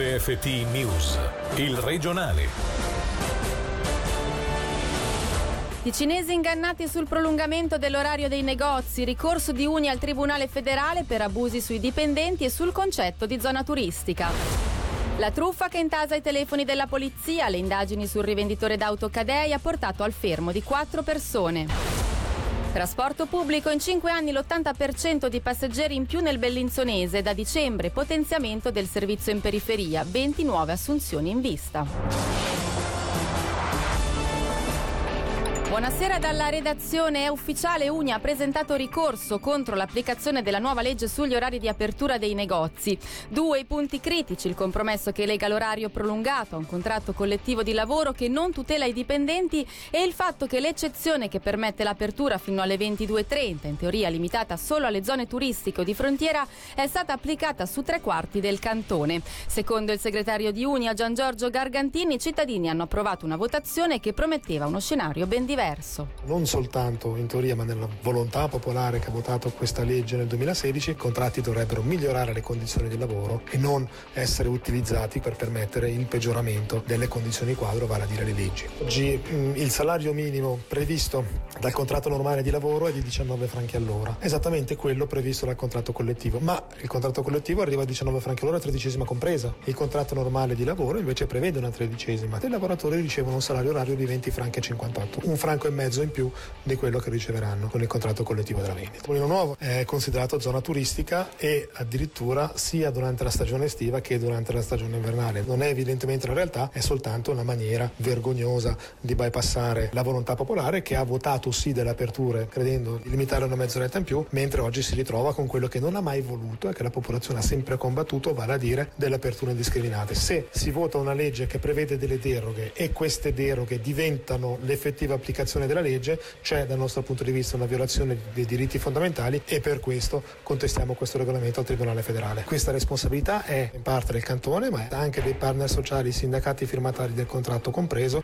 RFT News, il regionale. Ticinesi ingannati sul prolungamento dell'orario dei negozi, ricorso di Uni al Tribunale federale per abusi sui dipendenti e sul concetto di zona turistica. La truffa che intasa i telefoni della polizia, le indagini sul rivenditore d'auto Cadei ha portato al fermo di 4 persone. Trasporto pubblico, in 5 anni l'80% di passeggeri in più nel Bellinzonese, da dicembre potenziamento del servizio in periferia, 20 nuove assunzioni in vista. Buonasera dalla redazione. È ufficiale, Uni ha presentato ricorso contro l'applicazione della nuova legge sugli orari di apertura dei negozi. 2 i punti critici: il compromesso che lega l'orario prolungato a un contratto collettivo di lavoro che non tutela i dipendenti e il fatto che l'eccezione che permette l'apertura fino alle 22:30, in teoria limitata solo alle zone turistiche o di frontiera, è stata applicata su 3/4 del cantone. Secondo il segretario di Uni, Gian Giorgio Gargantini, i cittadini hanno approvato una votazione che prometteva uno scenario ben diverso. Non soltanto in teoria, ma nella volontà popolare che ha votato questa legge nel 2016, i contratti dovrebbero migliorare le condizioni di lavoro e non essere utilizzati per permettere il peggioramento delle condizioni quadro, vale a dire le leggi. Oggi il salario minimo previsto dal contratto normale di lavoro è di 19 franchi all'ora, esattamente quello previsto dal contratto collettivo, ma il contratto collettivo arriva a 19 franchi all'ora, 13esima compresa. Il contratto normale di lavoro invece prevede una 13esima. I lavoratori ricevono un salario orario di 20 franchi e 58, un franco e mezzo in più di quello che riceveranno con il contratto collettivo della vendita. Molino Nuovo è considerato zona turistica e addirittura sia durante la stagione estiva che durante la stagione invernale. Non è evidentemente la realtà, è soltanto una maniera vergognosa di bypassare la volontà popolare, che ha votato sì delle aperture credendo di limitare una mezz'oretta in più, mentre oggi si ritrova con quello che non ha mai voluto e che la popolazione ha sempre combattuto, vale a dire delle aperture indiscriminate. Se si vota una legge che prevede delle deroghe e queste deroghe diventano l'effettiva applicazione della legge, c'è dal nostro punto di vista una violazione dei diritti fondamentali e per questo contestiamo questo regolamento al Tribunale federale. Questa responsabilità è in parte del cantone, ma è anche dei partner sociali, sindacati firmatari del contratto compreso.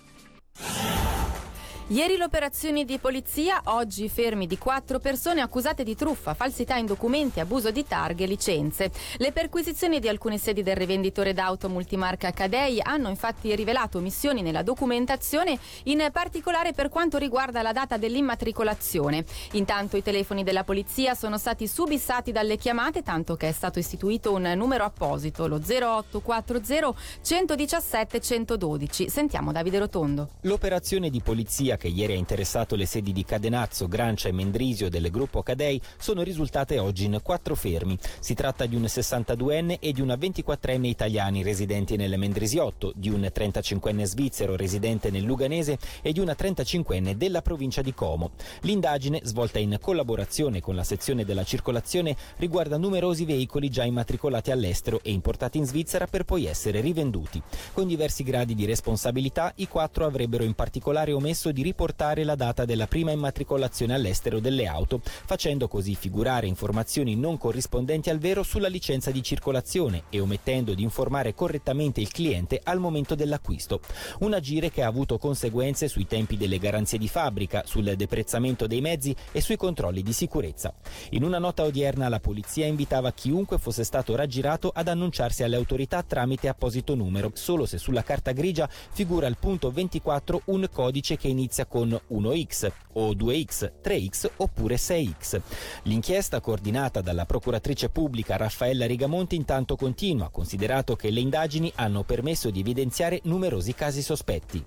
Ieri le operazioni di polizia, oggi i fermi di 4 persone accusate di truffa, falsità in documenti, abuso di targhe e licenze. Le perquisizioni di alcune sedi del rivenditore d'auto multimarca Cadei hanno infatti rivelato omissioni nella documentazione, in particolare per quanto riguarda la data dell'immatricolazione. Intanto i telefoni della polizia sono stati subissati dalle chiamate, tanto che è stato istituito un numero apposito, lo 0840 117 112. Sentiamo Davide Rotondo. L'operazione di polizia che ieri ha interessato le sedi di Cadenazzo, Grancia e Mendrisio del gruppo Cadei sono risultate oggi in 4 fermi. Si tratta di un 62enne e di una 24enne italiani residenti nel Mendrisiotto, di un 35enne svizzero residente nel Luganese e di una 35enne della provincia di Como. L'indagine, svolta in collaborazione con la sezione della circolazione, riguarda numerosi veicoli già immatricolati all'estero e importati in Svizzera per poi essere rivenduti. Con diversi gradi di responsabilità, i 4 avrebbero in particolare omesso di riportare la data della prima immatricolazione all'estero delle auto, facendo così figurare informazioni non corrispondenti al vero sulla licenza di circolazione e omettendo di informare correttamente il cliente al momento dell'acquisto. Un agire che ha avuto conseguenze sui tempi delle garanzie di fabbrica, sul deprezzamento dei mezzi e sui controlli di sicurezza. In una nota odierna la polizia invitava chiunque fosse stato raggirato ad annunciarsi alle autorità tramite apposito numero, solo se sulla carta grigia figura al punto 24 un codice che inizia con 1X o 2X, 3X oppure 6X. L'inchiesta, coordinata dalla procuratrice pubblica Raffaella Rigamonti, intanto continua, considerato che le indagini hanno permesso di evidenziare numerosi casi sospetti.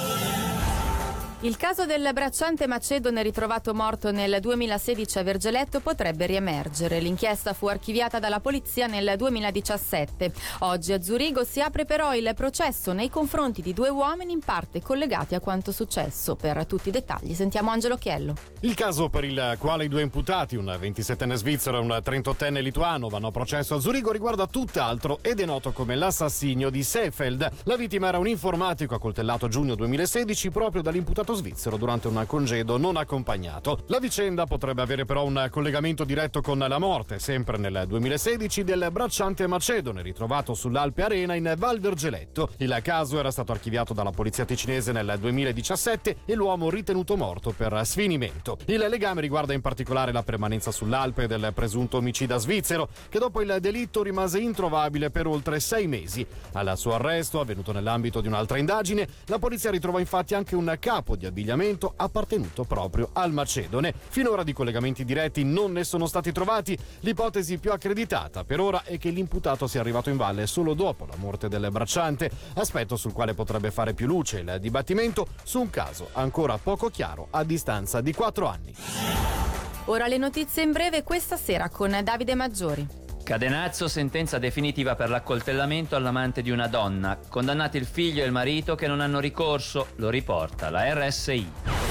Il caso del bracciante macedone ritrovato morto nel 2016 a Vergeletto potrebbe riemergere. L'inchiesta fu archiviata dalla polizia nel 2017. Oggi a Zurigo si apre però il processo nei confronti di 2 uomini in parte collegati a quanto successo. Per tutti i dettagli sentiamo Angelo Chiello. Il caso per il quale i 2 imputati, un 27enne svizzero e un 38enne lituano, vanno a processo a Zurigo riguarda tutt'altro ed è noto come l'assassinio di Seefeld. La vittima era un informatico accoltellato giugno 2016 proprio dall'imputato Stato svizzero durante un congedo non accompagnato. La vicenda potrebbe avere però un collegamento diretto con la morte, sempre nel 2016, del bracciante macedone ritrovato sull'Alpe Arena in Val Vergeletto. Il caso era stato archiviato dalla polizia ticinese nel 2017 e l'uomo ritenuto morto per sfinimento. Il legame riguarda in particolare la permanenza sull'Alpe del presunto omicida svizzero, che dopo il delitto rimase introvabile per oltre 6 mesi. Al suo arresto, avvenuto nell'ambito di un'altra indagine, la polizia ritrova infatti anche un capo di abbigliamento appartenuto proprio al macedone. Finora di collegamenti diretti non ne sono stati trovati. L'ipotesi più accreditata per ora è che l'imputato sia arrivato in valle solo dopo la morte del bracciante, aspetto sul quale potrebbe fare più luce il dibattimento su un caso ancora poco chiaro a distanza di 4 anni. Ora le notizie in breve questa sera con Davide Maggiori. Cadenazzo, sentenza definitiva per l'accoltellamento all'amante di una donna. Condannati il figlio e il marito che non hanno ricorso, lo riporta la RSI.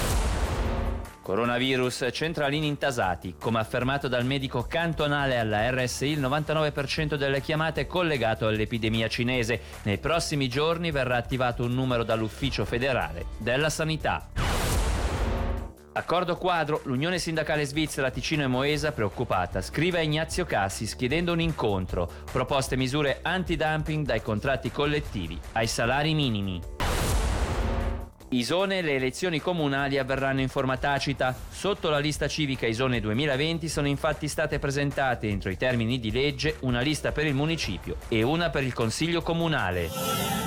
Coronavirus, centralini intasati. Come affermato dal medico cantonale alla RSI, il 99% delle chiamate è collegato all'epidemia cinese. Nei prossimi giorni verrà attivato un numero dall'Ufficio federale della Sanità. Accordo quadro, l'Unione Sindacale Svizzera Ticino e Moesa preoccupata, scrive a Ignazio Cassis chiedendo un incontro, proposte misure anti-dumping dai contratti collettivi ai salari minimi. Isone, le elezioni comunali avverranno in forma tacita. Sotto la lista civica Isone 2020 sono infatti state presentate entro i termini di legge una lista per il municipio e una per il consiglio comunale.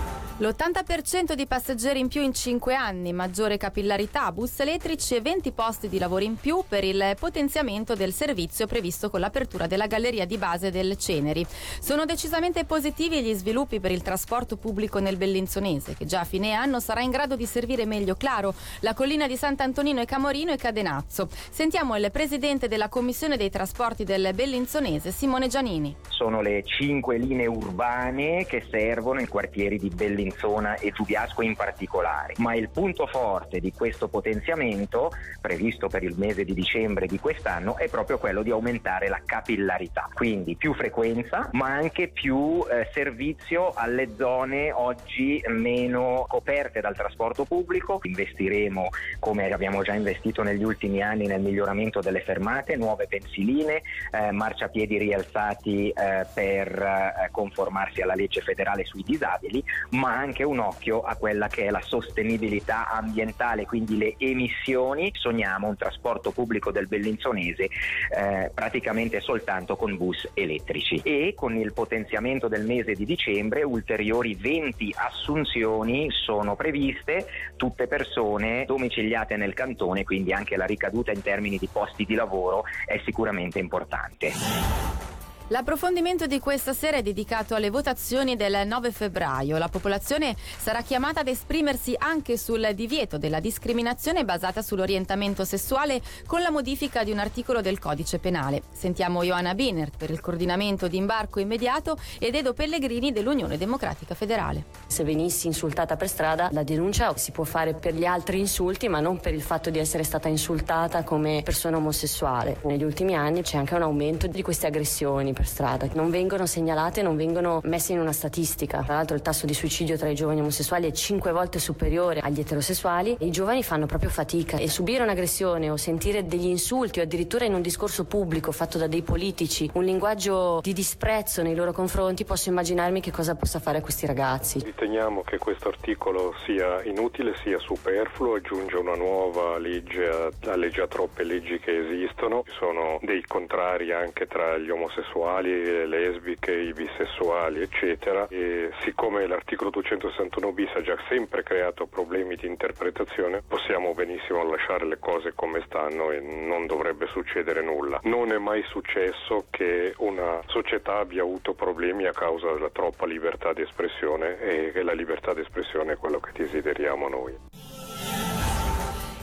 L'80% di passeggeri in più in 5 anni, maggiore capillarità, bus elettrici e 20 posti di lavoro in più per il potenziamento del servizio previsto con l'apertura della galleria di base del Ceneri. Sono decisamente positivi gli sviluppi per il trasporto pubblico nel Bellinzonese, che già a fine anno sarà in grado di servire meglio Claro, la collina di Sant'Antonino e Camorino e Cadenazzo. Sentiamo il presidente della Commissione dei Trasporti del Bellinzonese, Simone Giannini. Sono le 5 linee urbane che servono i quartieri di Bellinzona e Giubiasco in particolare, ma il punto forte di questo potenziamento previsto per il mese di dicembre di quest'anno è proprio quello di aumentare la capillarità, quindi più frequenza ma anche più servizio alle zone oggi meno coperte dal trasporto pubblico. Investiremo, come abbiamo già investito negli ultimi anni, nel miglioramento delle fermate, nuove pensiline, marciapiedi rialzati per conformarsi alla legge federale sui disabili, ma anche un occhio a quella che è la sostenibilità ambientale, quindi le emissioni. Sogniamo un trasporto pubblico del Bellinzonese praticamente soltanto con bus elettrici, e con il potenziamento del mese di dicembre ulteriori 20 assunzioni sono previste, tutte persone domiciliate nel cantone, quindi anche la ricaduta in termini di posti di lavoro è sicuramente importante. L'approfondimento di questa sera è dedicato alle votazioni del 9 febbraio. La popolazione sarà chiamata ad esprimersi anche sul divieto della discriminazione basata sull'orientamento sessuale con la modifica di un articolo del Codice Penale. Sentiamo Johanna Bienert per il coordinamento di imbarco immediato ed Edo Pellegrini dell'Unione Democratica Federale. Se venissi insultata per strada, la denuncia si può fare per gli altri insulti, ma non per il fatto di essere stata insultata come persona omosessuale. Negli ultimi anni c'è anche un aumento di queste aggressioni per strada, non vengono segnalate, non vengono messe in una statistica. Tra l'altro il tasso di suicidio tra i giovani omosessuali è 5 volte superiore agli eterosessuali e i giovani fanno proprio fatica, e subire un'aggressione o sentire degli insulti o addirittura in un discorso pubblico fatto da dei politici un linguaggio di disprezzo nei loro confronti, posso immaginarmi che cosa possa fare a questi ragazzi. Riteniamo che questo articolo sia inutile, sia superfluo, aggiunge una nuova legge alle già troppe leggi che esistono. Ci sono dei contrari anche tra gli omosessuali, le lesbiche, i bisessuali eccetera, e siccome l'articolo 261 bis ha già sempre creato problemi di interpretazione, possiamo benissimo lasciare le cose come stanno e non dovrebbe succedere nulla. Non è mai successo che una società abbia avuto problemi a causa della troppa libertà di espressione, e che la libertà di espressione è quello che desideriamo noi.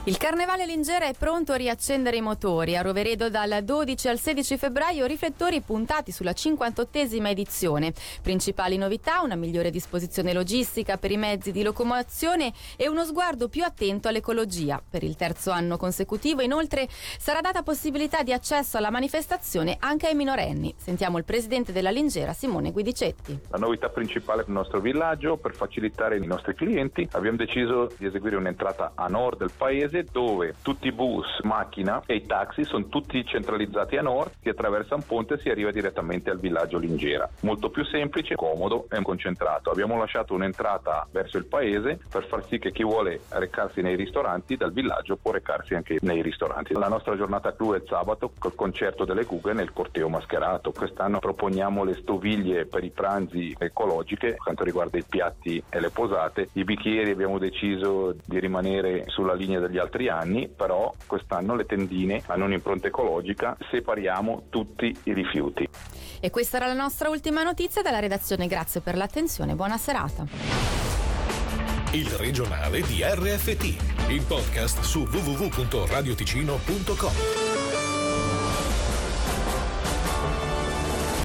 Il Carnevale Lingera è pronto a riaccendere i motori. A Roveredo dal 12 al 16 febbraio riflettori puntati sulla 58esima edizione. Principali novità: una migliore disposizione logistica per i mezzi di locomozione e uno sguardo più attento all'ecologia. Per il terzo anno consecutivo, inoltre, sarà data possibilità di accesso alla manifestazione anche ai minorenni. Sentiamo il presidente della Lingera, Simone Guidicetti. La novità principale per il nostro villaggio: per facilitare i nostri clienti, abbiamo deciso di eseguire un'entrata a nord del paese, dove tutti i bus, macchina e i taxi sono tutti centralizzati a nord. Si attraversa un ponte e si arriva direttamente al villaggio Lingera. Molto più semplice, comodo e concentrato. Abbiamo lasciato un'entrata verso il paese per far sì che chi vuole recarsi nei ristoranti dal villaggio può recarsi anche nei ristoranti. La nostra giornata clou è il sabato col concerto delle Gughe nel corteo mascherato. Quest'anno proponiamo le stoviglie per i pranzi ecologiche per quanto riguarda i piatti e le posate. I bicchieri abbiamo deciso di rimanere sulla linea degli altri anni, però quest'anno le tendine hanno un'impronta ecologica, separiamo tutti i rifiuti. E questa era la nostra ultima notizia dalla redazione. Grazie per l'attenzione, buona serata. Il regionale di RFT, il podcast su www.radioticino.com.